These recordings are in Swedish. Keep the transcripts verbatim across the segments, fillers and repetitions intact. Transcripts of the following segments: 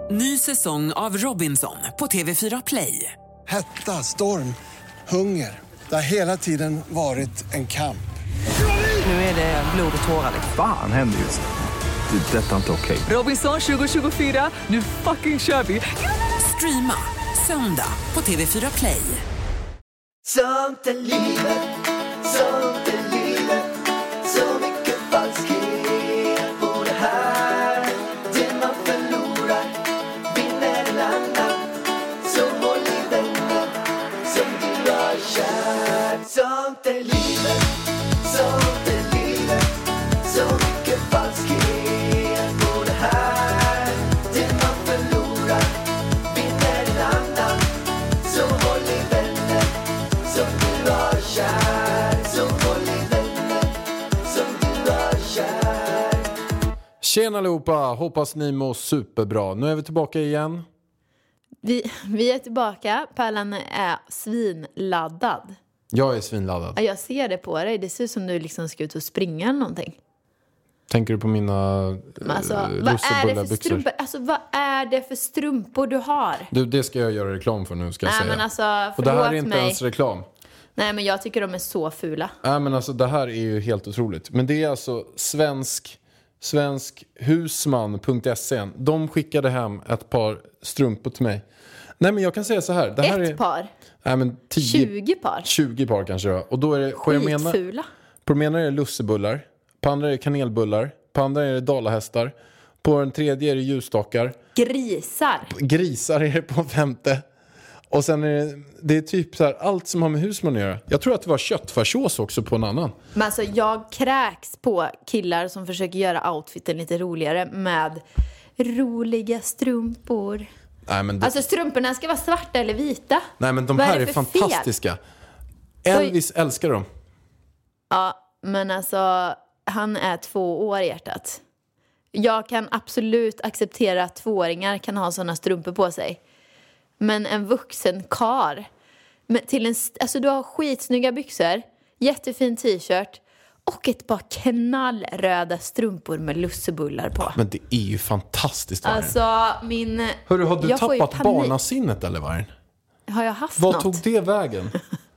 Ny säsong av Robinson på T V fyra Play. Hetta, storm, hunger. Det har hela tiden varit en kamp. Nu är det blod och tårar. Fan händer just det. Det är detta inte okej. Robinson tjugo tjugofyra, nu fucking kör vi. Streama söndag på T V fyra Play. Sånt är livet, sånt är livet. Så mycket falskhet på det här. Det man förlorar vinner en annan. Så håll i vänner som du har kär. Sånt är livet, sånt är livet. Så mycket falskhet på det här. Det man förlorar vinner en annan. Så håll i vänner som du har kär. Så håll i vänner som du har kär. Tjena allihopa, hoppas ni mår superbra. Nu är vi tillbaka igen. Vi, vi är tillbaka. Pärlan är svinladdad. Jag är svinladdad. Ja, jag ser det på dig. Det ser ut som du liksom ska ut och springa eller någonting. Tänker du på mina Men alltså, äh, vad är det för strumpor? Alltså, vad är det för strumpor du har? Du, det ska jag göra reklam för nu, ska jag Nej, säga. men alltså, och det här är förlåt inte mig. ens reklam. Nej, men jag tycker de är så fula. Nej, men alltså det här är ju helt otroligt. Men det är alltså svensk svenskhusman punkt se. De skickade hem ett par strumpor till mig. Nej, men jag kan säga så här. Det här Ett är, par? Nej, men tio, tjugo par? tjugo par kanske då. Och då är det, på jag menar, Skitfula. på den ena är det lussebullar. På andra är det kanelbullar. På andra är det dalahästar. På den tredje är det ljusstakar. Grisar. Grisar är det på femte. Och sen är det, det är typ så här, allt som har med husman att göra. Jag tror att det var köttfärssås också på en annan. Men alltså, jag kräks på killar som försöker göra outfiten lite roligare med roliga strumpor. Nej, men det, Alltså, strumporna ska vara svarta eller vita. nej, men de Vad är här det är, för fantastiska. Elvis älskar dem. Ja, men alltså, han är två år hjärtat. Jag kan absolut acceptera att tvååringar kan ha sådana strumpor på sig. Men en vuxen kar med till en, alltså du har skitsnygga byxor, jättefin t-shirt och ett par knallröda strumpor med lussebullar på. Men det är ju fantastiskt. Alltså, min... Hörru, har du jag får ju tappat panik. barnasinnet eller vad? Har jag haft Vad något? tog det vägen?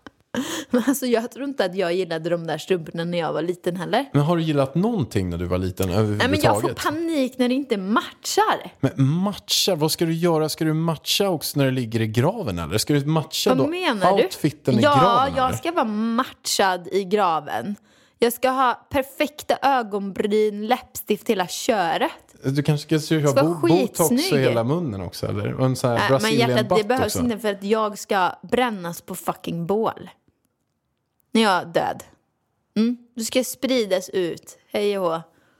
Men alltså, jag tror inte att jag gillade de där strumporna när jag var liten heller. Men har du gillat någonting när du var liten överhuvudtaget? Nej, men jag får panik när det inte matchar. Men matcha, vad ska du göra? Ska du matcha också när du ligger i graven eller? Ska du matcha Vad då menar du? outfiten i ja, graven? jag eller? ska vara matchad i graven. Jag ska ha perfekta ögonbryn, läppstift, hela köret. Du kanske ska ha vara bo- botox i skitsnygg. hela munnen också eller? Och en sån här Nej, men Brazilian hjärtat, det butt behövs också. inte för att jag ska brännas på fucking bål. När jag är död. Mm? Du ska spridas ut. Hej och hå.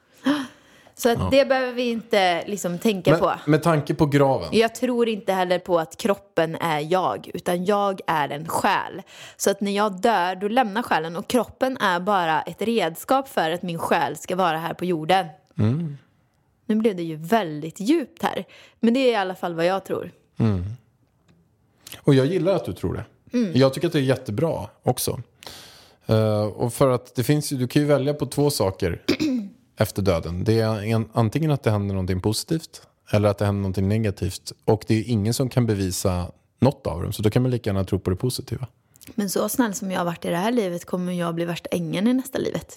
Så att Ja. det behöver vi inte liksom tänka Men, på. med tanke på graven. Jag tror inte heller på att kroppen är jag, utan jag är en själ. Så att när jag dör, då lämnar själen, och kroppen är bara ett redskap för att min själ ska vara här på jorden. Mm. Nu blev det ju väldigt djupt här, men det är i alla fall vad jag tror. Mm. Och jag gillar att du tror det. Mm. Jag tycker att det är jättebra också. Uh, och för att det finns ju, du kan ju välja på två saker efter döden. Det är en, antingen att det händer någonting positivt eller att det händer någonting negativt. Och det är ingen som kan bevisa något av dem. Så då kan man lika gärna tro på det positiva. Men så snäll som jag har varit i det här livet kommer jag bli värsta ängeln i nästa livet.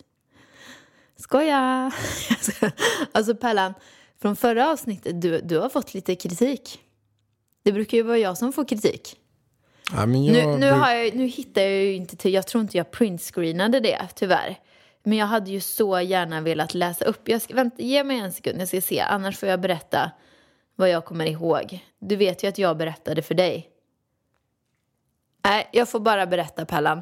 Skoja! Alltså Pellan, från förra avsnittet, du, du har fått lite kritik. Det brukar ju vara jag som får kritik. Ja, men jag, Nu, nu, har jag, nu hittar jag ju inte till, jag tror inte jag printscreenade det, tyvärr. Men jag hade ju så gärna velat läsa upp. Jag ska, vänta, ge mig en sekund, jag ska se. Annars får jag berätta vad jag kommer ihåg. Du vet ju att jag berättade för dig. Nej, jag får bara berätta, Pellan.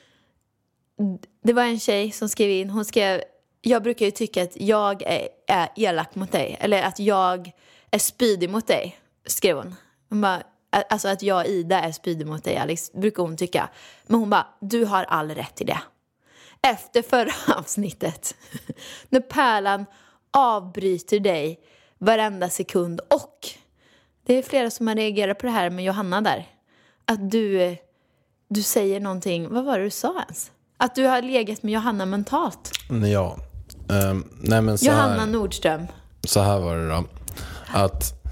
Det var en tjej som skrev in. Hon skrev, jag brukar ju tycka att jag är, är elak mot dig. Eller att jag är spydig mot dig, skrev hon. Hon bara, alltså att jag, Ida, är spydig mot dig, Alex, brukar hon tycka. Men hon bara, du har all rätt till det. Efter förra avsnittet, när Pärlan avbryter dig varenda sekund. Och det är flera som har reagerat på det här med Johanna där. Att du, du säger någonting, vad var det du sa ens? Att du har legat med Johanna mentalt. Ja, um, nej men så Johanna här, Nordström. så här var det då. Att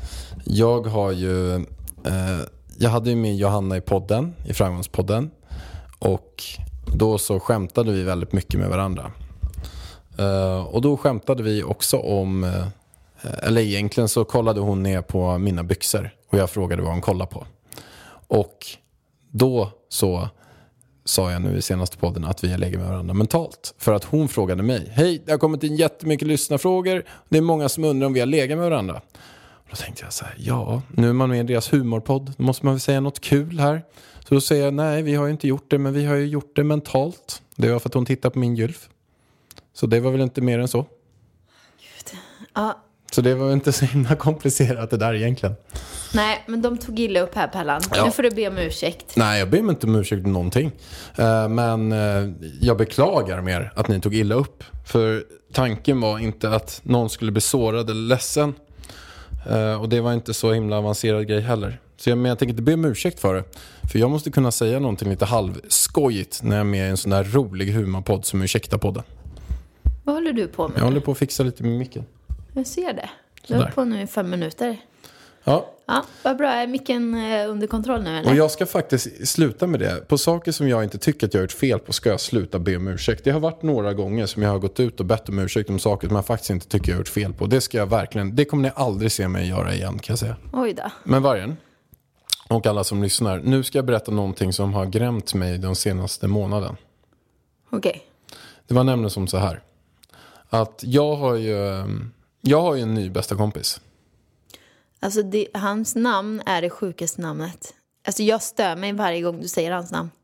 Jag har ju eh, jag hade ju med Johanna i podden, i Framgångspodden, och då så skämtade vi väldigt mycket med varandra. Uh, och då skämtade vi också om uh, eller egentligen så kollade hon ner på mina byxor och jag frågade vad hon kollade på. Och då så sa jag nu i senaste podden att vi lägger med varandra mentalt. För att hon frågade mig: hej, det har kommit in jättemycket lyssnarfrågor. Det är många som undrar om vi har legat med varandra. Och då tänkte jag så här: ja, nu är man med i deras humorpodd. Då måste man väl säga något kul här. Så då säger jag: nej, vi har ju inte gjort det, men vi har ju gjort det mentalt. Det var för att hon tittade på min gylf. Så det var väl inte mer än så. Gud. Ja. Så det var inte så himla komplicerat det där egentligen. Nej, men de tog illa upp här, Pallan. Ja. Nu får du be om ursäkt. Nej, jag ber mig inte om ursäkt någonting. Uh, men uh, jag beklagar mer att ni tog illa upp. För tanken var inte att någon skulle bli sårad eller ledsen. Uh, och det var inte så himla avancerad grej heller. Så jag, men jag tänker inte be om ursäkt för det. För jag måste kunna säga någonting lite halvskojigt när jag är med i en sån där rolig humorpodd som Ursäkta podden. Vad håller du på med? Jag håller på att fixa lite med micken. Jag ser det. Du har på nu i fem minuter. Ja. Ja, vad bra. Är micken under kontroll nu, eller? Och jag ska faktiskt sluta med det. På saker som jag inte tycker att jag har gjort fel på ska jag sluta be om ursäkt. Det har varit några gånger som jag har gått ut och bett om ursäkt om saker som jag faktiskt inte tycker jag har gjort fel på. Det ska jag verkligen, det kommer ni aldrig se mig göra igen, kan jag säga. Oj då. Men Vargen och alla som lyssnar, nu ska jag berätta någonting som har grämt mig den senaste månaden. Okej. Okay. Det var nämligen som så här. Att jag har ju, jag har ju en ny bästa kompis. Alltså det, hans namn är det sjukaste namnet. Alltså jag stör mig varje gång du säger hans namn.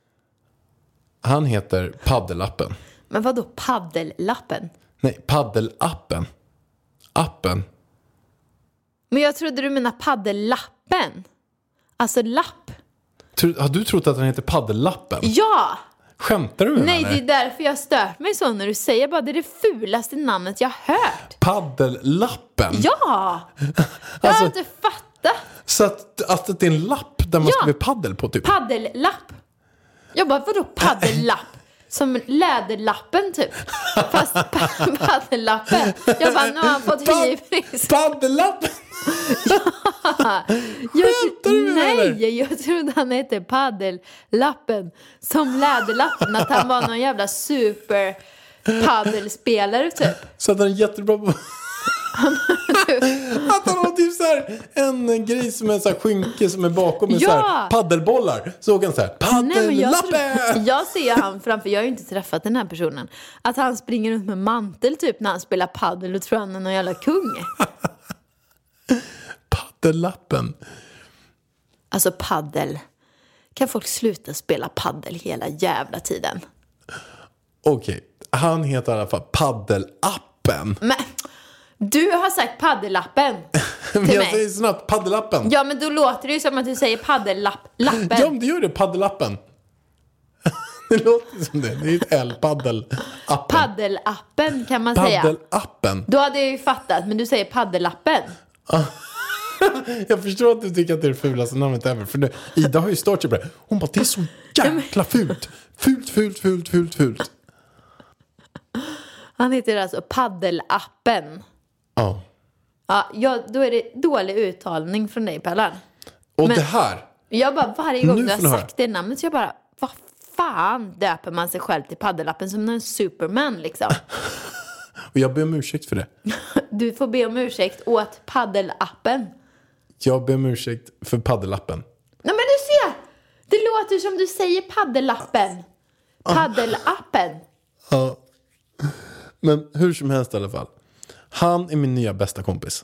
Han heter Paddelappen. Men vad då Paddelappen? Nej, Paddelappen. Appen. Men jag trodde du menar Paddellappen. Alltså lapp. Har du trott att han heter Paddelappen? Ja! Skämtar du med Nej, mig? det är därför jag stört mig så när du säger bara det är det fulaste namnet jag hört. Paddellappen? Ja! Jag alltså, har inte fattat. Så att, att det är en lapp där man Ja. skriver paddel på typ? Paddellapp. Jag bara, vadå paddellapp? Som läderlappen typ. Fast pa- paddellappen. Jag bara, nu har han fått hybris. Paddellappen? Ja. Jag, Skämtar du med mig, eller? nej, jag trodde han hette paddellappen. Som läderlappen. Att han var någon jävla super paddelspelare typ. Så att han är jättebra på... Att han har typ så här en grej som är så här skynke som är bakom med Ja. så här paddelbollar. Så åker han så här, Nej, men jag, paddellappen! tror, jag ser han framför, jag har ju inte träffat den här personen. Att han springer runt med mantel typ när han spelar paddel och tror han är någon jävla kung. Paddellappen. Alltså paddel. Kan folk sluta spela paddel hela jävla tiden? Okej, okay. Han heter i alla fall Paddelappen. Men du har sagt paddellappen till Men jag mig. säger snabbt Paddelappen. Ja, men då låter det ju som att du säger paddellappen. Ja, men det gör det, Paddelappen. Det låter som det. Det är ett L, paddelappen. Paddelappen kan man säga. Paddelappen. Då hade jag ju fattat, men du säger paddellappen. Jag förstår att du tycker att det är det fulaste namnet ever. För det, Ida har ju startat på det. Hon bara, det är så jäkla fult. Fult, fult, fult, fult, fult. Han heter alltså paddelappen. Ja. Ja, ja, då är det dålig uttalning från dig, Pallan. Och Men- det här. Jag bara, varje gång Nu du får har ni höra. sagt det namnet så jag bara, vad fan döper man sig själv till paddelappen som en Superman liksom? Och jag ber om ursäkt för det. Du får be om ursäkt åt paddelappen. Jag ber om ursäkt för paddelappen. Nej, men du ser! Det låter som du säger paddelappen. Paddelappen. Ja. Men hur som helst i alla fall. Han är min nya bästa kompis.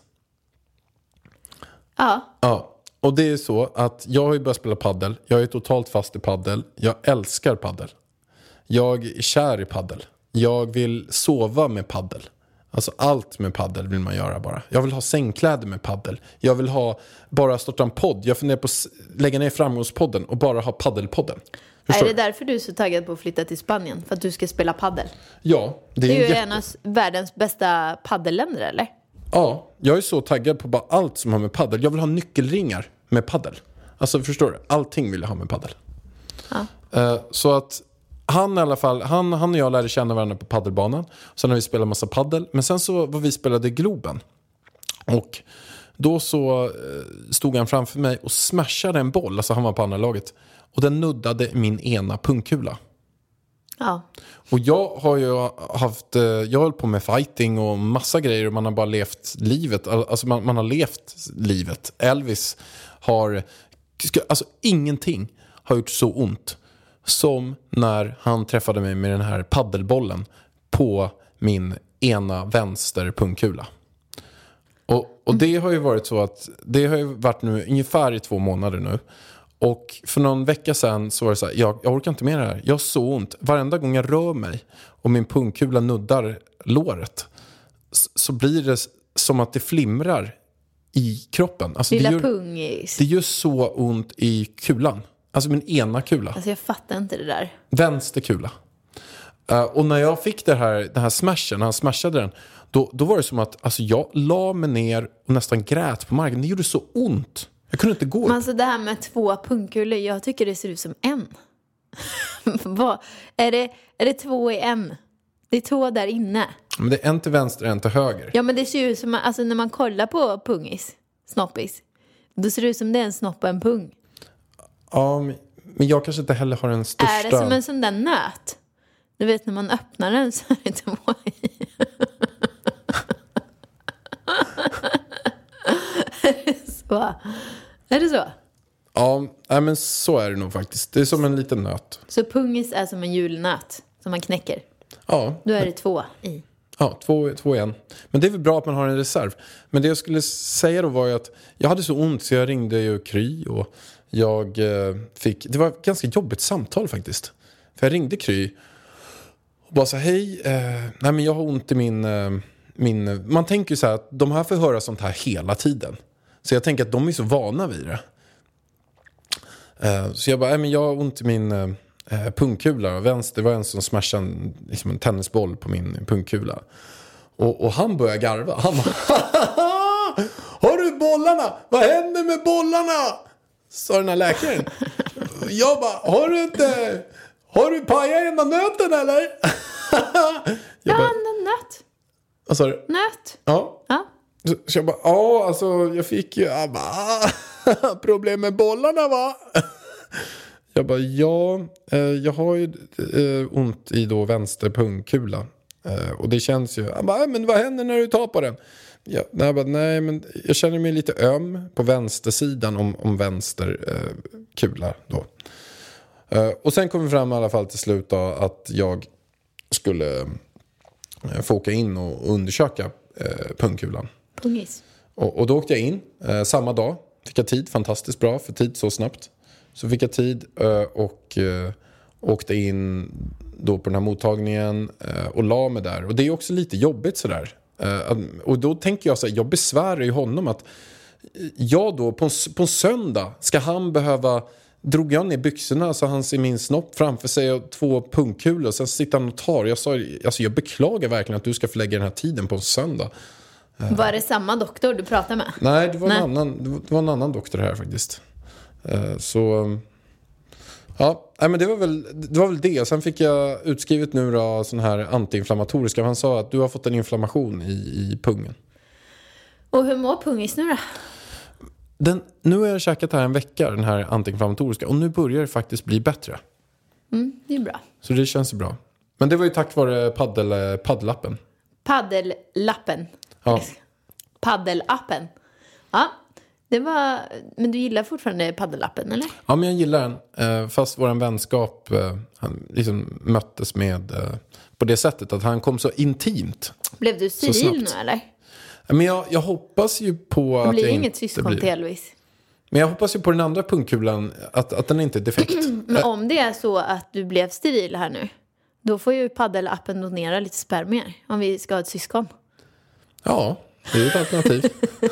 Ja. Ja. Och det är så att jag har ju börjat spela paddel. Jag är totalt fast i paddel. Jag älskar paddel. Jag är kär i paddel. Jag vill sova med paddel. Alltså allt med paddel vill man göra bara. Jag vill ha sängkläder med paddel. Jag vill ha bara starta en podd. Jag funderar på att lägga ner Framgångspodden och bara ha paddelpodden. Är det därför du är så taggad på att flytta till Spanien? För att du ska spela paddel? Ja, det är, Det är ju jätte... en av världens bästa paddelländer, eller? Ja, jag är så taggad på bara allt som har med paddel. Jag vill ha nyckelringar med paddel. Alltså förstår du? Allting vill jag ha med paddel. Ja. Uh, så att han i alla fall, han, han och jag lärde känna varandra på paddelbanan. Sen har vi spelat massa paddel. Men sen så var vi spelade Globen. Och Då så stod han framför mig och smashade en boll. Alltså han var på andra laget. Och den nuddade min ena pungkula. Ja. Och jag har ju haft, jag har hållit på med fighting och massa grejer. Och man har bara levt livet. Alltså man, man har levt livet. Elvis har, alltså ingenting har gjort så ont som när han träffade mig med den här paddelbollen på min ena vänster pungkula. Och, och det har ju varit så att det har ju varit nu ungefär i två månader nu. Och för någon vecka sedan så var det så här, jag, jag orkar inte med det här. Jag har så ont. Varenda gång jag rör mig och min pungkula nuddar låret så, så blir det som att det flimrar i kroppen. Alltså Lilla det gör, pungis. det gör så ont i kulan. Alltså min ena kula. Alltså jag fattar inte det där. Vänster kula. Uh, och när jag fick det här, den här smashen, när han smashade den, då, då var det som att alltså, jag la mig ner och nästan grät på marken. Det gjorde så ont. Jag kunde inte gå. Men alltså det här med två pungkulor, jag tycker det ser ut som en. Vad? Är det, är det två i en? Det är två där inne. Men det är en till vänster och en till höger. Ja, men det ser ut som, alltså när man kollar på pungis, snoppis, då ser det ut som det är en snopp och en pung. Ja, men jag kanske inte heller har den största... Är det som en sån där nöt? Du vet när man öppnar den så är det två i. Så. Är det så? Ja, nej, men så är det nog faktiskt. Det är som en liten nöt. Så pungis är som en julnöt som man knäcker? Ja. Då är det två i. Ja, två, två igen. Men det är väl bra att man har en reserv. Men det jag skulle säga då var ju att jag hade så ont så jag ringde ju Kry och jag eh, fick... Det var ett ganska jobbigt samtal faktiskt. För jag ringde Kry och bara så hej, eh, nej men jag har ont i min... Eh, min man tänker ju så här att de här får höra sånt här hela tiden. Så jag tänker att de är så vana vid det. Uh, så jag bara, nej men jag har ont i min uh, pungkula. Vänster, det var en som smashade en, liksom en tennisboll på min pungkula. Och, och han började garva. Han bara, har du bollarna? Vad händer med bollarna? Sa den här läkaren. Jag bara, har du inte... Har du pajat ena nöten eller? Ja, en nöt. Vad sa du? Nöt. Ja. Ja. Så, så jag bara, ja alltså jag fick ju jag bara, problem med bollarna va? Jag bara, ja eh, jag har ju eh, ont i då vänster pungkula. Eh, och det känns ju, han bara, men vad händer när du tar på den? Ja, nej, jag bara, nej men jag känner mig lite öm på vänstersidan om, om vänster eh, kula då. Eh, och sen kom vi fram i alla fall till slut då, att jag skulle eh, få åka in och undersöka eh, pungkulan. Pungis. Och, och då åkte jag in eh, samma dag. Fick jag tid, fantastiskt bra för tid så snabbt. Så fick jag tid eh, och eh, åkte in då på den här mottagningen eh, och la mig där. Och det är också lite jobbigt sådär. Eh, och då tänker jag så här, jag besvärar ju honom att jag då på en, på en söndag ska han behöva... Drog jag ner byxorna så han ser min snopp framför sig och två pungkulor. Sen sitter han och tar. Jag sa, alltså jag beklagar verkligen att du ska förlägga den här tiden på en söndag. Var det samma doktor du pratade med? Nej, det var, Nej. En, annan, det var, det var en annan doktor här faktiskt. Uh, så... Ja, nej, men det var, väl, det var väl det. Sen fick jag utskrivet nu då, sån här antiinflammatoriska. Han sa att du har fått en inflammation i, i pungen. Och hur mår pungis nu då? Den, nu har jag käkat här en vecka, den här antiinflammatoriska. Och nu börjar det faktiskt bli bättre. Mm, det är bra. Så det känns ju bra. Men det var ju tack vare paddel, paddelappen. Paddellappen. Ja. Paddelappen. Ja, det var... Men du gillar fortfarande paddelappen, eller? Ja, men jag gillar den. Fast vår vänskap han liksom möttes med på det sättet att han kom så intimt. Blev du steril nu, eller? Men jag, jag hoppas ju på det att blir jag inget inte syskon blir... till Elvis. Men jag hoppas ju på den andra pungkulan att, att den inte är defekt. Men om det är så att du blev steril här nu, då får ju paddelappen donera lite spermier om vi ska ha ett syskon. Ja, det är ett alternativ.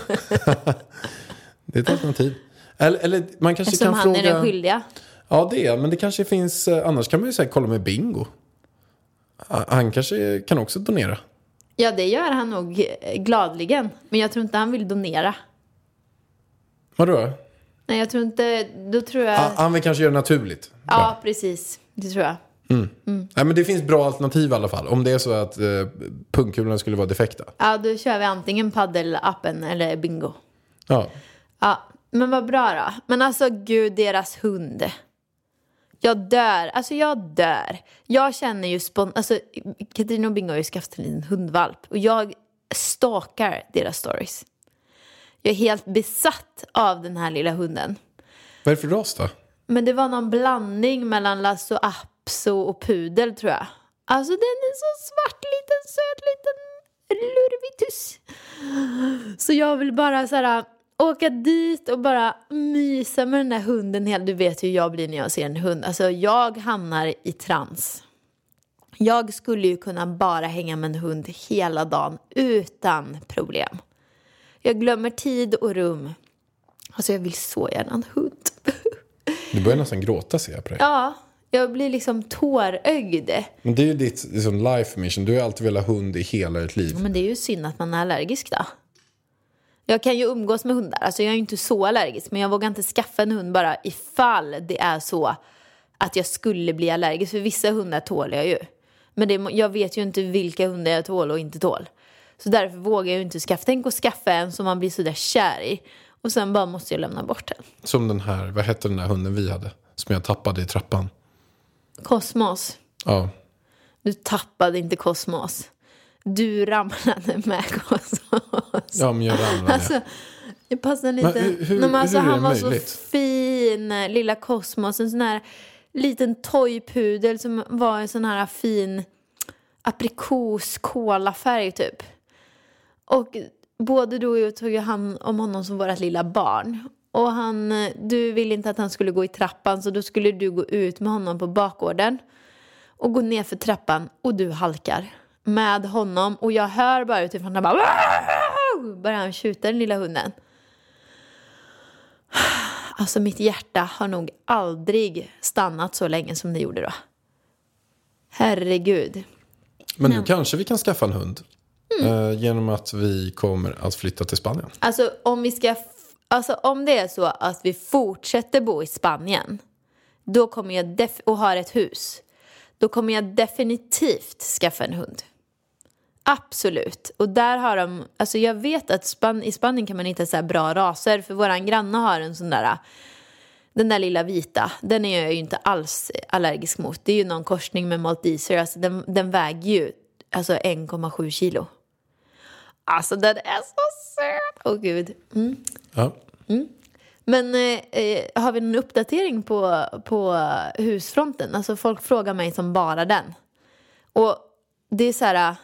Det är ett alternativ. Eller, eller man kanske Eftersom kan han fråga... är den skyldiga. Ja, det är. Men det kanske finns... Annars kan man ju säga kolla med Bingo. Han kanske kan också donera. Ja, det gör han nog gladligen. Men jag tror inte han vill donera. Vadå? Nej, jag tror inte... Då tror jag... Han, han vill kanske göra det naturligt. Ja, Bra. precis. Det tror jag. Mm. Mm. Nej, men det finns bra alternativ i alla fall. Om det är så att eh, pungkulorna skulle vara defekta. Ja, då kör vi antingen paddelappen eller Bingo. Ja. Ja, men vad bra då. Men alltså gud, deras hund. Jag dör, alltså jag dör. Jag känner ju spon- alltså Katarina och Bingo har ju skaffat en liten hundvalp. Och jag stalkar deras stories. Jag är helt besatt av den här lilla hunden. Vad är det för ras då? Men det var någon blandning mellan Lhasa Apso och pudel, tror jag. Alltså den är så svart, liten, söt, liten lurvitus. Så jag vill bara så här åka dit och bara mysa med den där hunden. Helt. Du vet hur jag blir när jag ser en hund. Alltså jag hamnar i trans. Jag skulle ju kunna bara hänga med en hund hela dagen utan problem. Jag glömmer tid och rum. Alltså jag vill så gärna en hund. Du börjar nästan gråta, ser jag på dig. Ja, jag blir liksom tårögd. Men det är ju ditt liksom, life mission. Du har alltid velat ha hund i hela ditt liv. Men det är ju synd att man är allergisk då. Jag kan ju umgås med hundar. Alltså jag är ju inte så allergisk. Men jag vågar inte skaffa en hund bara ifall det är så att jag skulle bli allergisk. För vissa hundar tål jag ju. Men det, jag vet ju inte vilka hundar jag tål och inte tål. Så därför vågar jag ju inte skaffa. Tänk att skaffa en som man blir så där kär i. Och sen bara måste jag lämna bort den. Som den här, vad hette den där hunden vi hade? Som jag tappade i trappan. Kosmos. Ja. Du tappade inte Kosmos. Du ramlade med Kosmos. Ja, men jag ramlade. Alltså, det passar lite. Men hur- hur- men alltså, hur är han det var möjligt? så fin, lilla Kosmos. En sån här liten toypudel som var en sån här fin aprikos-kolafärg typ. Och både du och jag tog ju hand om honom som vårt lilla barn. Och han, du ville inte att han skulle gå i trappan, så då skulle du gå ut med honom på bakgården och gå ner för trappan, och du halkar med honom. Och jag hör bara utifrån, han bara börjar han tjuta den lilla hunden. Alltså mitt hjärta har nog aldrig stannat så länge som det gjorde då. Herregud. Men nu kanske vi kan skaffa en hund. Mm. Eh, genom att vi kommer att flytta till Spanien. Alltså om vi ska f- alltså om det är så att vi fortsätter bo i Spanien, då kommer jag def- och har ett hus, då kommer jag definitivt skaffa en hund. Absolut. Och där har de, alltså jag vet att Span- i Spanien kan man hitta så här bra raser, för våran granne har en sån där, den där lilla vita, den är jag ju inte alls allergisk mot. Det är ju någon korsning med malteser, alltså den, den väger ju alltså en komma sju kilo. Alltså den är så söt. Åh gud. Mm. Ja. Mm. Men eh, har vi en uppdatering på, på husfronten? Alltså folk frågar mig som bara den. Och det är så här,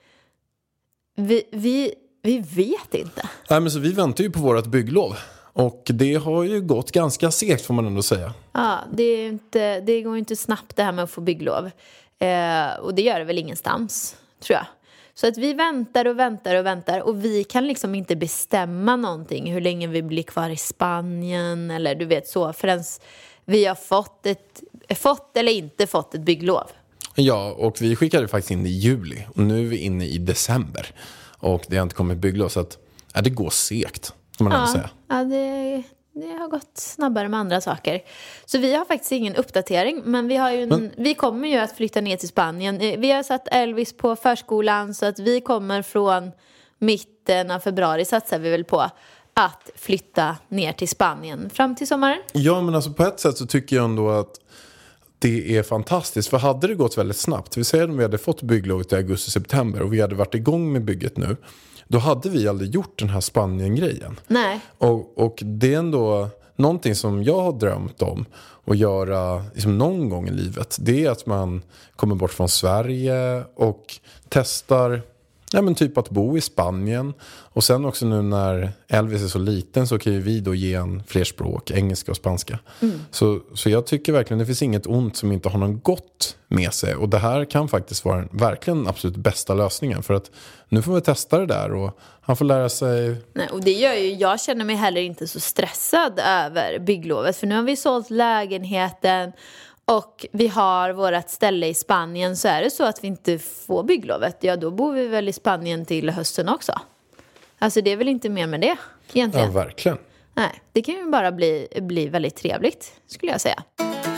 vi, vi, vi vet inte. Nej, men så vi väntar ju på vårt bygglov. Och det har ju gått ganska segt, får man ändå säga. Ja, det, är inte, det går inte snabbt det här med att få bygglov. Eh, och det gör det väl ingenstans, tror jag. Så att vi väntar och väntar och väntar. Och vi kan liksom inte bestämma någonting. Hur länge vi blir kvar i Spanien. Eller du vet så. Förrän vi har fått, ett, fått eller inte fått ett bygglov. Ja, och vi skickade faktiskt in i juli. Och nu är vi inne i december. Och det har inte kommit bygglov. Så att, ja, det går segt, kan man ändå säga. Ja, det, det har gått snabbare med andra saker. Så vi har faktiskt ingen uppdatering. Men vi, har ju en, men, vi kommer ju att flytta ner till Spanien. Vi har satt Elvis på förskolan. Så att vi kommer från mitten av februari, satsar vi väl på, att flytta ner till Spanien fram till sommaren. Ja, men alltså på ett sätt så tycker jag ändå att det är fantastiskt. För hade det gått väldigt snabbt, vi säger att vi hade fått bygglovet i augusti-september och vi hade varit igång med bygget nu, då hade vi aldrig gjort den här Spanien-grejen. Nej. Och, och det är ändå någonting som jag har drömt om att göra liksom någon gång i livet. Det är att man kommer bort från Sverige och testar, ja, men typ att bo i Spanien. Och sen också nu när Elvis är så liten så kan ju vi då ge en fler språk, engelska och spanska. Mm. Så, så jag tycker verkligen det finns inget ont som inte har någon gott med sig. Och det här kan faktiskt vara en, verkligen absolut bästa lösningen. För att nu får vi testa det där och han får lära sig. Nej, och det gör ju, jag känner mig heller inte så stressad över bygglovet. För nu har vi sålt lägenheten och vi har vårat ställe i Spanien. Så är det så att vi inte får bygglovet, ja då bor vi väl i Spanien till hösten också. Alltså det är väl inte mer med det egentligen. Ja, verkligen. Nej, det kan ju bara bli, bli väldigt trevligt, skulle jag säga.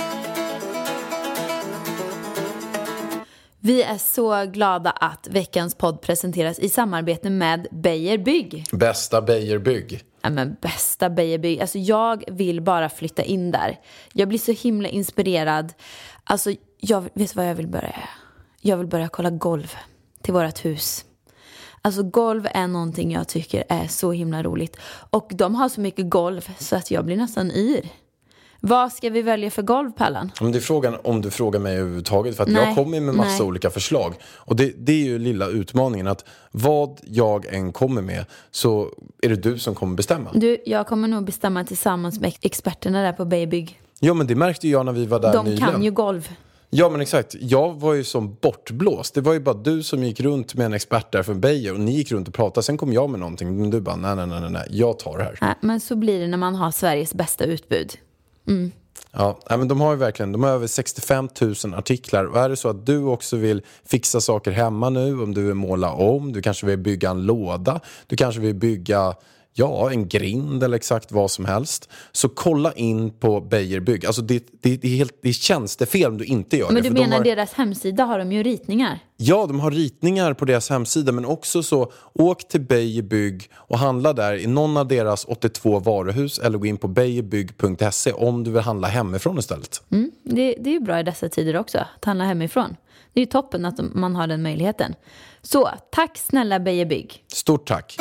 Vi är så glada att veckans podd presenteras i samarbete med Beijer Bygg. Bästa Beijer Bygg. Ja, men bästa Beijerbygg. Alltså jag vill bara flytta in där. Jag blir så himla inspirerad. Alltså jag vet vad jag vill börja. Jag vill börja kolla golv till vårat hus. Alltså golv är någonting jag tycker är så himla roligt. Och de har så mycket golv så att jag blir nästan yr. Vad ska vi välja för golv, Pallan? Men det är frågan om du frågar mig överhuvudtaget. För att Nej, jag kommer med massa nej. olika förslag. Och det, det är ju lilla utmaningen. Att vad jag än kommer med så är det du som kommer bestämma. Du, jag kommer nog bestämma tillsammans med experterna där på Beijerbygg. Ja, men det märkte jag när vi var där De nyligen. kan ju golv. Ja, men exakt. Jag var ju som bortblåst. Det var ju bara du som gick runt med en expert där från Beijer. Och ni gick runt och pratade. Sen kom jag med någonting. Men du bara, nej, nej, nej, nej. Jag tar det här. Nej, men så blir det när man har Sveriges bästa utbud. Mm. Ja, men de har ju verkligen, de har över sextiofem tusen artiklar. Och är det så att du också vill fixa saker hemma nu, om du vill måla om, du kanske vill bygga en låda, du kanske vill bygga, ja, en grind eller exakt vad som helst, så kolla in på Beijerbygg. Alltså det, det, det är helt, det är tjänstefel om du inte gör Men det. du för menar de har, deras hemsida har de ju ritningar. Ja, de har ritningar på deras hemsida, men också så åk till Beijerbygg och handla där i någon av deras åttiotvå varuhus eller gå in på beijerbygg punkt se om du vill handla hemifrån istället. Mm, det, det är ju bra i dessa tider också, att handla hemifrån. Det är ju toppen att man har den möjligheten. Så, tack snälla Beijerbygg. Stort tack.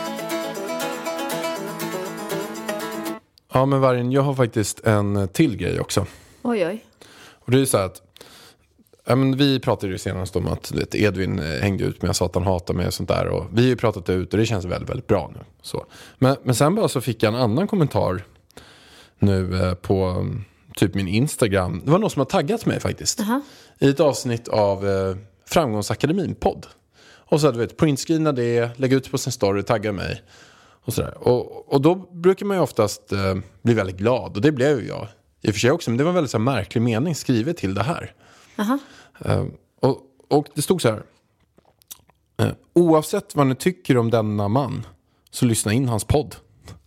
Ja, men Vargen, jag har faktiskt en till grej också. Oj, oj. Och det är så här att ja, men vi pratade ju senast om att vet, Edvin hängde ut med att Satan hatar mig och sånt där. Och vi har ju pratat ut och det känns väldigt, väldigt bra nu. Så. Men, men sen bara så fick jag en annan kommentar nu eh, på typ min Instagram. Det var någon som har taggat mig faktiskt. Uh-huh. I ett avsnitt av eh, Framgångsakademin-podd. Och så hade vi ett printscreena det, lägga ut på sin story, tagga mig. Och, sådär. Och, och då brukar man ju oftast eh, bli väldigt glad. Och det blev ju jag i och för sig också. Men det var en väldigt så här, märklig mening skrivet till det här. Uh-huh. Uh, och, och det stod så här. Uh, oavsett vad ni tycker om denna man så lyssna in hans podd.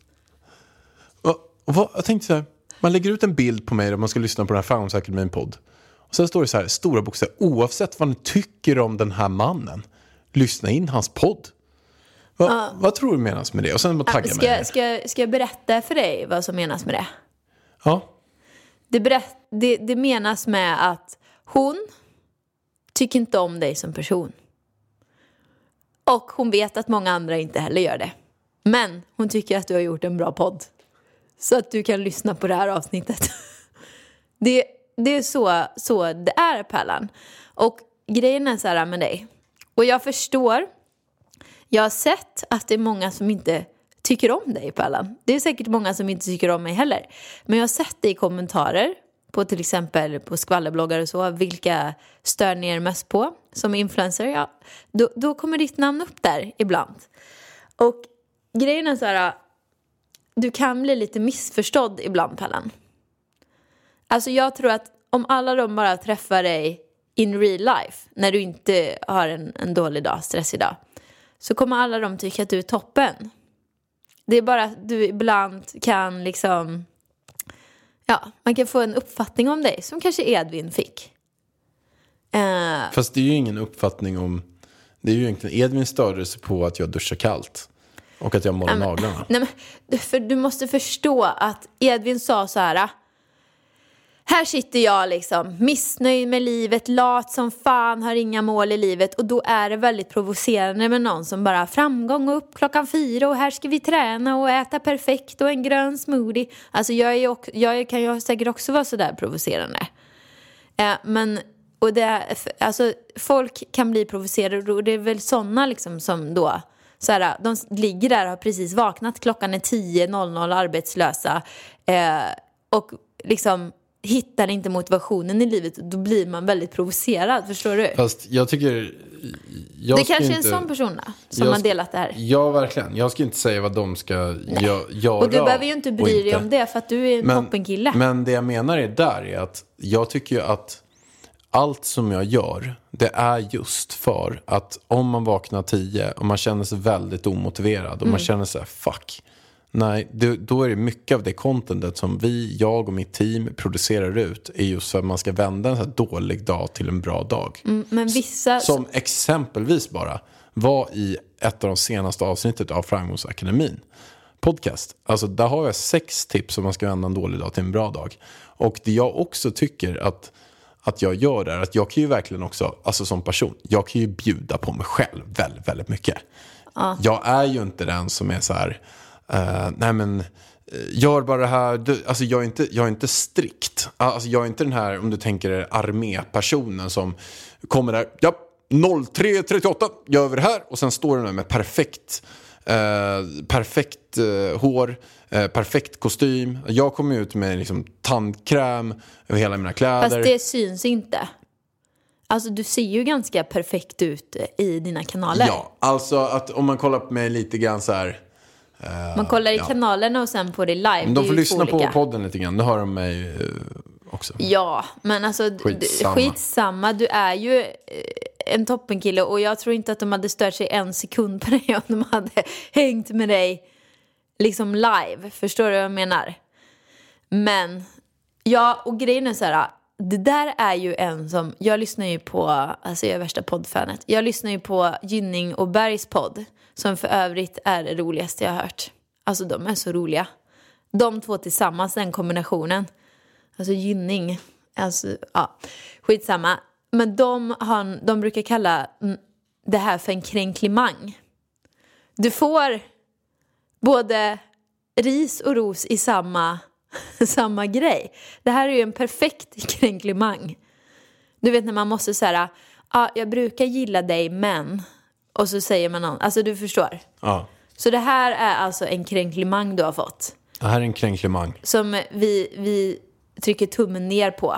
Och, och vad, jag tänkte så här. Man lägger ut en bild på mig där man ska lyssna på den här Framgångsakademin-podd. Och sen står det så här, stora bokstäver. Oavsett vad ni tycker om den här mannen, lyssna in hans podd. Va, uh. Vad tror du menas med det? Och sen tagga ska, mig. Ska, ska jag berätta för dig vad som menas med det? Ja. Det, berätt, det, det menas med att hon tycker inte om dig som person. Och hon vet att många andra inte heller gör det. Men hon tycker att du har gjort en bra podd. Så att du kan lyssna på det här avsnittet. Det, det är så, så det är, Pallan. Och grejen är så här med dig. Och jag förstår. Jag har sett att det är många som inte tycker om dig, Pallan. Det är säkert många som inte tycker om mig heller. Men jag har sett det i kommentarer. På till exempel på skvallerbloggar och så. Vilka stör ni er mest på som influencer? Ja, då, då kommer ditt namn upp där ibland. Och grejen är så här. Du kan bli lite missförstådd ibland, Pallan. Alltså jag tror att om alla de bara träffar dig in real life. När du inte har en, en dålig dag, stressig dag. Så kommer alla de tycka att du är toppen. Det är bara att du ibland kan liksom... Ja, man kan få en uppfattning om dig. Som kanske Edvin fick. Uh, Fast det är ju ingen uppfattning om... Det är ju egentligen Edvin störde sig på att jag duschar kallt. Och att jag målar nej, naglarna. Nej, men, för du måste förstå att Edvin sa så här... Här sitter jag liksom, missnöjd med livet, lat som fan, har inga mål i livet. Och då är det väldigt provocerande med någon som bara framgång och upp klockan fyra och här ska vi träna och äta perfekt och en grön smoothie. Alltså jag, är också, jag kan ju säkert också vara sådär provocerande. Eh, men, och det är, alltså folk kan bli provocerade och det är väl sådana liksom som då... Så här, de ligger där och har precis vaknat, klockan är tio noll noll arbetslösa. Eh, och liksom... hittar inte motivationen i livet, då blir man väldigt provocerad, förstår du? Fast jag tycker... Jag det kanske är inte, en sån person då, som jag, har delat det här. Ja, verkligen. Jag ska inte säga vad de ska gö- göra. Och du behöver ju inte bry dig om det, för att du är en men, toppenkille. Men det jag menar är där är att jag tycker ju att allt som jag gör, det är just för att om man vaknar tio och man känner sig väldigt omotiverad och mm. man känner sig fuck. Nej, det, då är det mycket av det contentet som vi, jag och mitt team producerar ut är just för att man ska vända en så här dålig dag till en bra dag. Mm, men vissa... Som exempelvis bara var i ett av de senaste avsnittet av Framgångsakademin. podcast. Alltså där har jag sex tips om man ska vända en dålig dag till en bra dag. Och det jag också tycker att, att jag gör där, att jag kan ju verkligen också, alltså som person, jag kan ju bjuda på mig själv väldigt, väldigt mycket. Ja. Jag är ju inte den som är så här, uh, nej men gör bara det här. Du, alltså jag är, inte, jag är inte strikt. Alltså jag är inte den här, om du tänker armépersonen som kommer där, ja, noll tre trettioåtta, gör vi det här. Och sen står den där med perfekt eh, perfekt eh, hår, eh, perfekt kostym. Jag kommer ut med liksom tandkräm över hela mina kläder. Fast det syns inte. Alltså du ser ju ganska perfekt ut i dina kanaler. Ja, alltså att om man kollar på mig lite grann så här. Man kollar i ja. kanalerna och sen på det live. Men de får lyssna på olika. podden lite grann. Det hör de mig uh, också. Ja, men alltså skitsamma. skitsamma. Du är ju en toppenkille. Och jag tror inte att de hade stört sig en sekund på dig om de hade hängt med dig liksom live. Förstår du vad jag menar? Men, ja, och grejen är så här. Det där är ju en som, jag lyssnar ju på, alltså jag är värsta poddfanet. Jag lyssnar ju på Gynning och Bergs podd. Som för övrigt är det roligaste jag har hört. Alltså de är så roliga. De två tillsammans, den kombinationen. Alltså Gynning. Alltså, ja, skitsamma. Men de, har, de brukar kalla det här för en kränklimang. Du får både ris och ros i samma, samma grej. Det här är ju en perfekt kränklimang. Du vet när man måste säga, ja, jag brukar gilla dig men... Och så säger man någon, alltså du förstår. Ja. Så det här är alltså en kränklimang du har fått. Det här är en kränklimang. Som vi, vi trycker tummen ner på.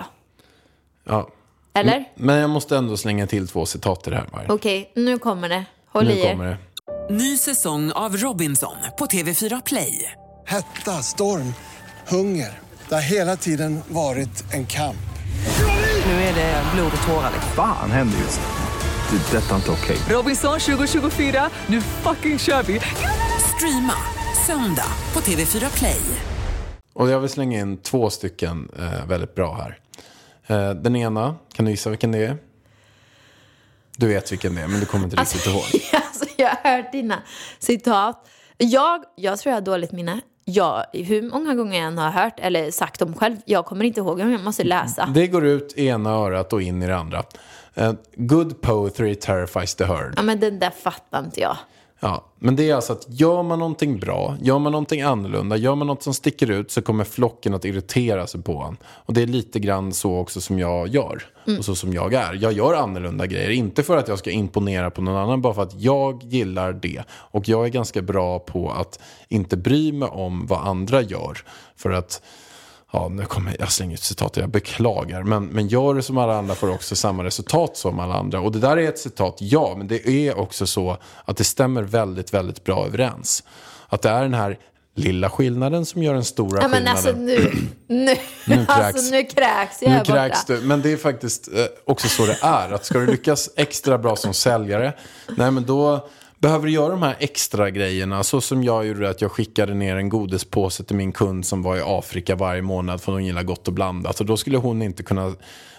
Ja. Eller? M- men jag måste ändå slänga till två citat i det här. Okej, okay, nu kommer det. Håll nu i er. kommer det. Ny säsong av Robinson på T V fyra Play. Hetta, storm, hunger. Det har hela tiden varit en kamp. Nu är det blod och tårar. Fan händer just det. Det är detta inte okej. Okay. Robinson tjugo tjugofyra, nu fucking kör vi. Streama söndag på T V fyra Play. Och jag vill slänga in två stycken eh, väldigt bra här. Eh, den ena, kan du gissa vilken det är? Du vet vilken det är, men du kommer inte riktigt alltså, ihåg. Alltså, jag har hört dina citat. Jag, jag tror jag har dåligt minne. Jag, hur många gånger jag än har hört eller sagt dem själv, jag kommer inte ihåg om jag måste läsa. Det går ut i ena örat och in i det andra. Uh, good poetry terrifies the herd. Ja, men den där fattar inte jag. Ja, men det är alltså att gör man någonting bra, gör man någonting annorlunda, gör man något som sticker ut så kommer flocken att irritera sig på en. Och det är lite grann så också som jag gör. Mm. Och så som jag är. Jag gör annorlunda grejer. Inte för att jag ska imponera på någon annan, bara för att jag gillar det. Och jag är ganska bra på att inte bry mig om vad andra gör. För att... Ja, nu kommer jag, jag slänger ut citat, jag beklagar. Men, men gör det som alla andra får också samma resultat som alla andra. Och det där är ett citat, ja. Men det är också så att det stämmer väldigt, väldigt bra överens. Att det är den här lilla skillnaden som gör den stora ja, men skillnaden. Alltså nu, nu, nu kräks, alltså, nu kräks jag nu här kräks borta. du. Men det är faktiskt eh, också så det är. Att ska du lyckas extra bra som säljare, nej men då... behöver du göra de här extra grejerna, så som jag gjorde att jag skickade ner en godispåse till min kund som var i Afrika varje månad för hon gillar gott och blandat. Så då skulle hon inte kunna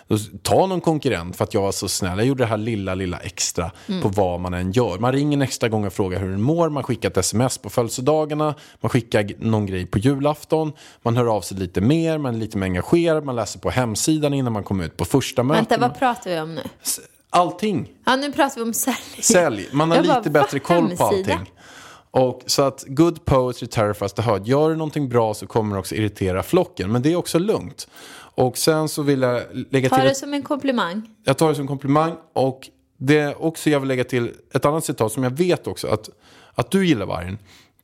ta någon konkurrent för att jag var så snäll. Jag gjorde det här lilla, lilla extra mm. på vad man än gör. Man ringer en extra gång och frågar hur den mår. Man skickar ett sms på födelsedagarna. Man skickar någon grej på julafton. Man hör av sig lite mer. Man är lite mer engagerad. Man läser på hemsidan innan man kommer ut på första möten. Vänta, vad pratar vi om nu? Allting. Ja, nu pratar vi om sälj. Sälj. Man har jag lite bara, bättre koll hemsida? på allting. Och så att good poetry terrifies the herd. Gör du någonting bra så kommer det också irritera flocken. Men det är också lugnt. Och sen så vill jag lägga Ta till... det ett... som en komplimang. Jag tar det som en komplimang. Och det är också jag vill lägga till ett annat citat som jag vet också. Att, att du gillar vargen.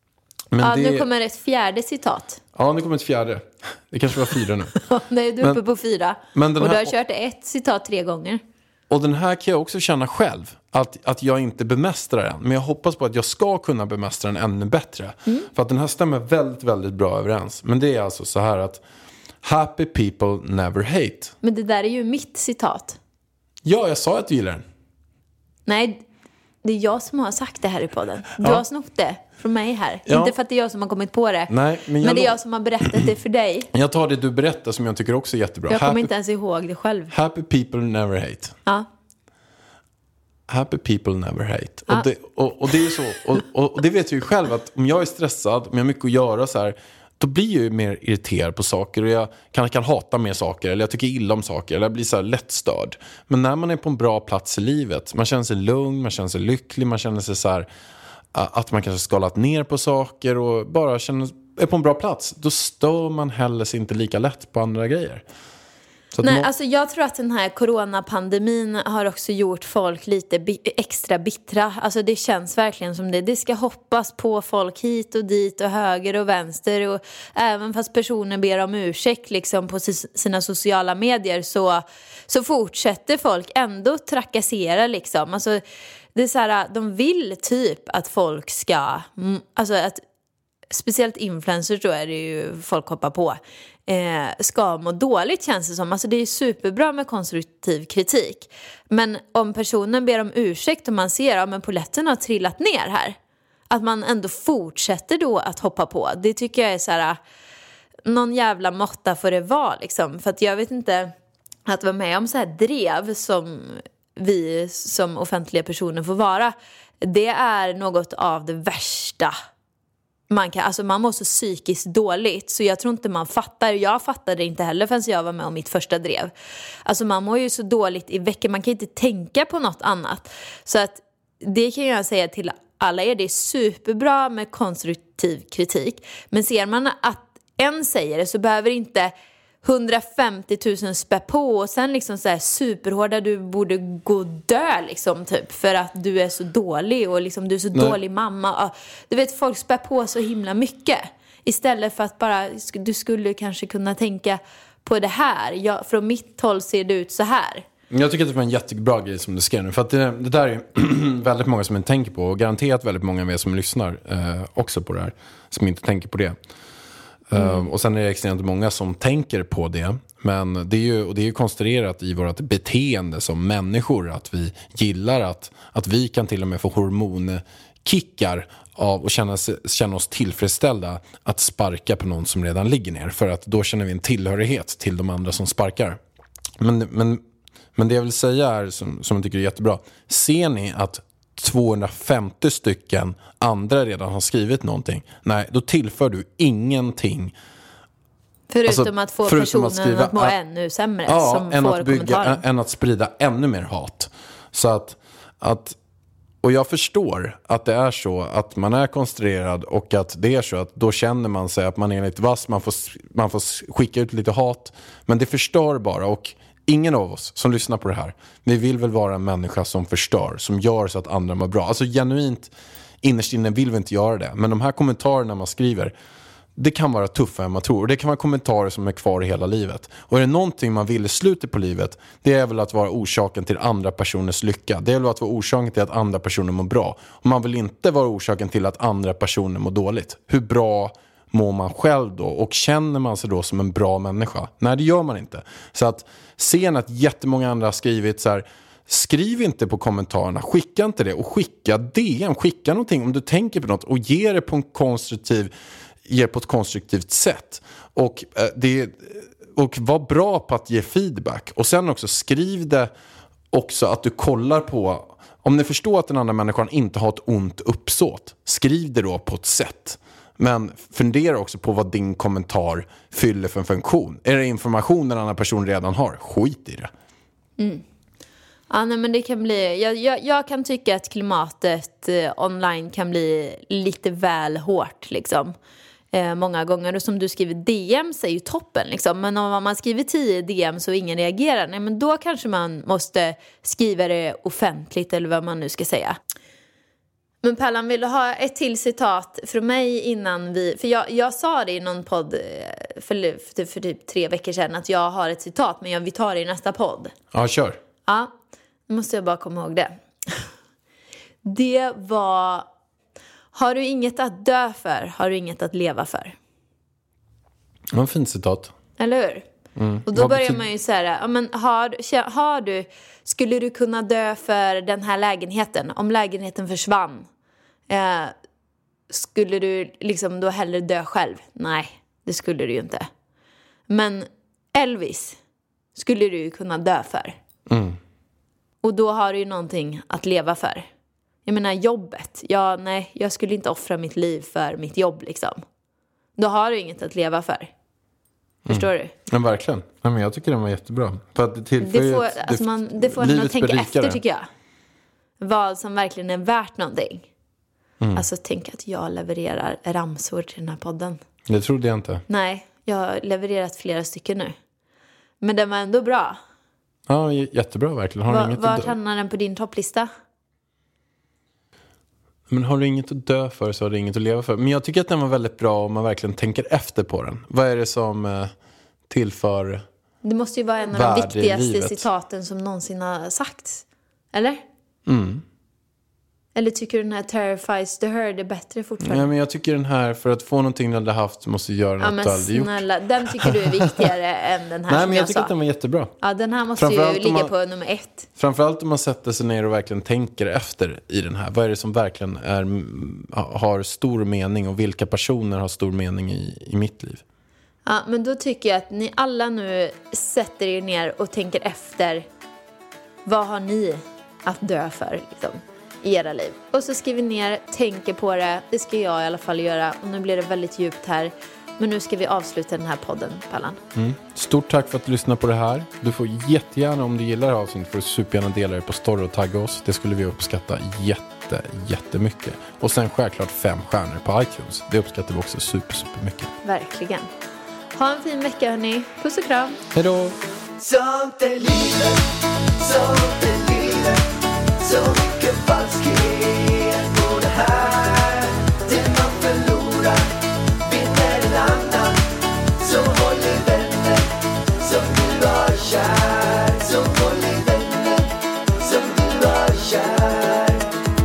Men ja, det... nu kommer ett fjärde citat. Ja, nu kommer ett fjärde. Det kanske var fyra nu. Nej, du är uppe på fyra. Men den och här... du har kört ett citat tre gånger. Och den här kan jag också känna själv. Att, att jag inte bemästrar den. Men jag hoppas på att jag ska kunna bemästra den ännu bättre. Mm. För att den här stämmer väldigt, väldigt bra överens. Men det är alltså så här att happy people never hate. Men det där är ju mitt citat. Ja, jag sa att du gillar den. Nej, det är jag som har sagt det här i podden. Du ja. har snott det från mig här. Ja. Inte för att det är jag som har kommit på det. Nej, men, men det är jag som har berättat det för dig. Jag tar det du berättar som jag tycker också är jättebra. Jag kommer happy... inte ens ihåg det själv. Happy people never hate. Ja. happy people never hate. Ah. Och, det, och, och det är ju så. Och, och, och det vet jag ju själv att om jag är stressad, om jag har mycket att göra så här, då blir jag ju mer irriterad på saker. Och jag kan, kan hata mer saker. Eller jag tycker illa om saker. Eller jag blir så här lättstörd. Men när man är på en bra plats i livet. Man känner sig lugn, man känner sig lycklig. Man känner sig så här, att man kanske skalat ner på saker. Och bara känner, är på en bra plats. Då stör man heller sig inte lika lätt på andra grejer. Så Nej, må- alltså jag tror att den här coronapandemin har också gjort folk lite bi- extra bittra. Alltså det känns verkligen som det. Det ska hoppas på folk hit och dit och höger och vänster. Och även fast personer ber om ursäkt liksom på sina sociala medier så, så fortsätter folk ändå trakassera liksom. Alltså det är så här, de vill typ att folk ska, alltså att speciellt influencers då är det ju folk hoppar på eh, ska må dåligt känns det som. Alltså det är superbra med konstruktiv kritik. Men om personen ber om ursäkt och man ser att ja, polletten har trillat ner här, att man ändå fortsätter då att hoppa på. Det tycker jag är så här, någon jävla måtta får det vara liksom. För att jag vet inte, att vara med om så här drev som vi som offentliga personer får vara, det är något av det värsta man kan, alltså man mår så psykiskt dåligt så jag tror inte man fattar, jag fattade inte heller förrän jag var med om mitt första drev. Alltså man mår ju så dåligt i veckan, man kan inte tänka på något annat. Så att det kan jag säga till alla er, det är superbra med konstruktiv kritik. Men ser man att en säger det så behöver inte hundrafemtio tusen spä på och sen liksom så här superhårda, du borde gå och dö liksom typ för att du är så dålig och liksom du är så Nej. dålig mamma. Du vet, folk spä på så himla mycket istället för att bara, du skulle kanske kunna tänka på det här. Jag, från mitt håll ser det ut så här. Jag tycker att det var en jättebra grej som du skrev nu. För att det, det där är väldigt många som inte tänker på. Och garanterat väldigt många med som lyssnar eh, också på det här. Som inte tänker på det. Mm. Uh, och sen är det extremt många som tänker på det. Men det är ju, och det är ju konstruerat i vårt beteende som människor. Att vi gillar att, att vi kan till och med få hormonkickar av och känna, känna oss tillfredsställda att sparka på någon som redan ligger ner. För att då känner vi en tillhörighet till de andra som sparkar. Men, men, men det jag vill säga är, som, som jag tycker är jättebra. Ser ni att tvåhundrafemtio stycken andra redan har skrivit någonting? Nej, då tillför du ingenting. Förutom alltså, att få förutom personen att, skriva, att må äh, ännu sämre ja, som än får att bygga, kommentarer. än att sprida ännu mer hat. Så att, att och jag förstår att det är så att man är konstruerad och att det är så att då känner man sig att man är lite vass, man får, man får skicka ut lite hat, men det förstör bara. Och ingen av oss som lyssnar på det här, vi vill väl vara en människa som förstör, som gör så att andra mår bra. Alltså genuint innerst inne vill vi inte göra det, men de här kommentarerna man skriver, det kan vara tuffare än man tror. Och det kan vara kommentarer som är kvar i hela livet. Och är det någonting man vill i slutet på livet, det är väl att vara orsaken till andra personers lycka. Det är väl att vara orsaken till att andra personer mår bra. Och man vill inte vara orsaken till att andra personer mår dåligt. Hur bra mår man själv då? Och känner man sig då som en bra människa? Nej, det gör man inte. Så att se att jättemånga andra har skrivit så här, skriv inte på kommentarerna, skicka inte det. Och skicka D M, skicka någonting om du tänker på något. Och ge det på en konstruktiv Ge på ett konstruktivt sätt. Och, eh, det, och var bra på att ge feedback. Och sen också skriv det också att du kollar på. Om ni förstår att den andra människan inte har ett ont uppsåt, skriv det då på ett sätt. Men fundera också på vad din kommentar fyller för en funktion. Är det information den andra person redan har? Skit i det. Mm. Ja, nej, men det kan bli, jag, jag, jag kan tycka att klimatet eh, online kan bli lite väl hårt liksom. Eh, många gånger, och som du skriver D M är ju toppen liksom. Men om man skriver tio D M så ingen reagerar, nej, men då kanske man måste skriva det offentligt eller vad man nu ska säga. Men Pallan, vill du ha ett till citat från mig innan vi, för jag, jag sa det i någon podd för, för, för typ tre veckor sedan att jag har ett citat, men jag, vi tar det i nästa podd. Ja, kör. Ja, nu måste jag bara komma ihåg det. Det var: har du inget att dö för, har du inget att leva för. Det var en fint citat. Eller hur? Mm. Och då Vad börjar betyder- man ju säga, ja, men har, har du, skulle du kunna dö för den här lägenheten? Om lägenheten försvann, eh, skulle du liksom då hellre dö själv? Nej, det skulle du ju inte. Men Elvis skulle du ju kunna dö för. Mm. Och då har du ju någonting att leva för. Jag menar jobbet. Ja, nej, jag skulle inte offra mitt liv för mitt jobb liksom. Då har du inget att leva för. Förstår mm. du? Ja, verkligen. Ja, men jag tycker den var jättebra. För att det, tillför det får, ett, alltså man, det får en att tänka berikare. efter tycker jag. Vad som verkligen är värt någonting. Mm. Alltså tänk att jag levererar ramsor till den här podden. Det trodde jag inte. Nej, jag har levererat flera stycken nu. Men den var ändå bra. Ja, jättebra verkligen. Har Va, inget vart att dö... hamnar den på din topplista? Men har du inget att dö för så har du inget att leva för. Men jag tycker att den var väldigt bra om man verkligen tänker efter på den. Vad är det som eh, tillför Det måste ju vara en av de viktigaste citaten som någonsin har sagts. Eller? Mm. Eller tycker du den här Terrifies the Herd är bättre fortfarande? Ja, men jag tycker den här, för att få någonting du hade haft måste göra ja, något men aldrig snälla, gjort. Den tycker du är viktigare än den här. Nej, som men jag, jag tycker sa. att den var jättebra. Ja, den här måste ju ligga man, på nummer ett. Framförallt om man sätter sig ner och verkligen tänker efter i den här. Vad är det som verkligen är, har stor mening och vilka personer har stor mening i, i mitt liv? Ja, men då tycker jag att ni alla nu sätter er ner och tänker efter. Vad har ni att dö för liksom, i era liv? Och så skriver ner, tänker på det. Det ska jag i alla fall göra. Och nu blir det väldigt djupt här. Men nu ska vi avsluta den här podden, Pallan. Mm. Stort tack för att du lyssnar på det här. Du får jättegärna, om du gillar det här avsnittet, får du supergärna dela det på story och tagga oss. Det skulle vi uppskatta jätte, jättemycket. Och sen självklart fem stjärnor på iTunes. Det uppskattar vi också super, super mycket. Verkligen. Ha en fin vecka, hörni. Puss och kram. Hej då! Sånt är livet, sånt är livet. Så mycket falskhet på det här. Det man förlorar vinner en annan. Så håll i vänner som du har kär. Så håll i vänner som du har kär.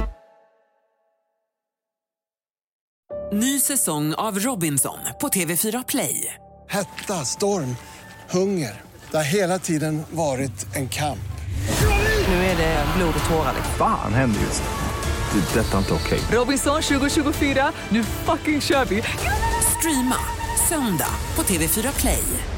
Ny säsong av Robinson på T V fyra Play. Hetta, storm, hunger. Det har hela tiden varit en kamp. Nu är det blod och tårar. Fan händer just det. Det är detta inte okej. Robinson tjugo tjugofyra, nu fucking kör vi. Streama söndag på T V fyra Play.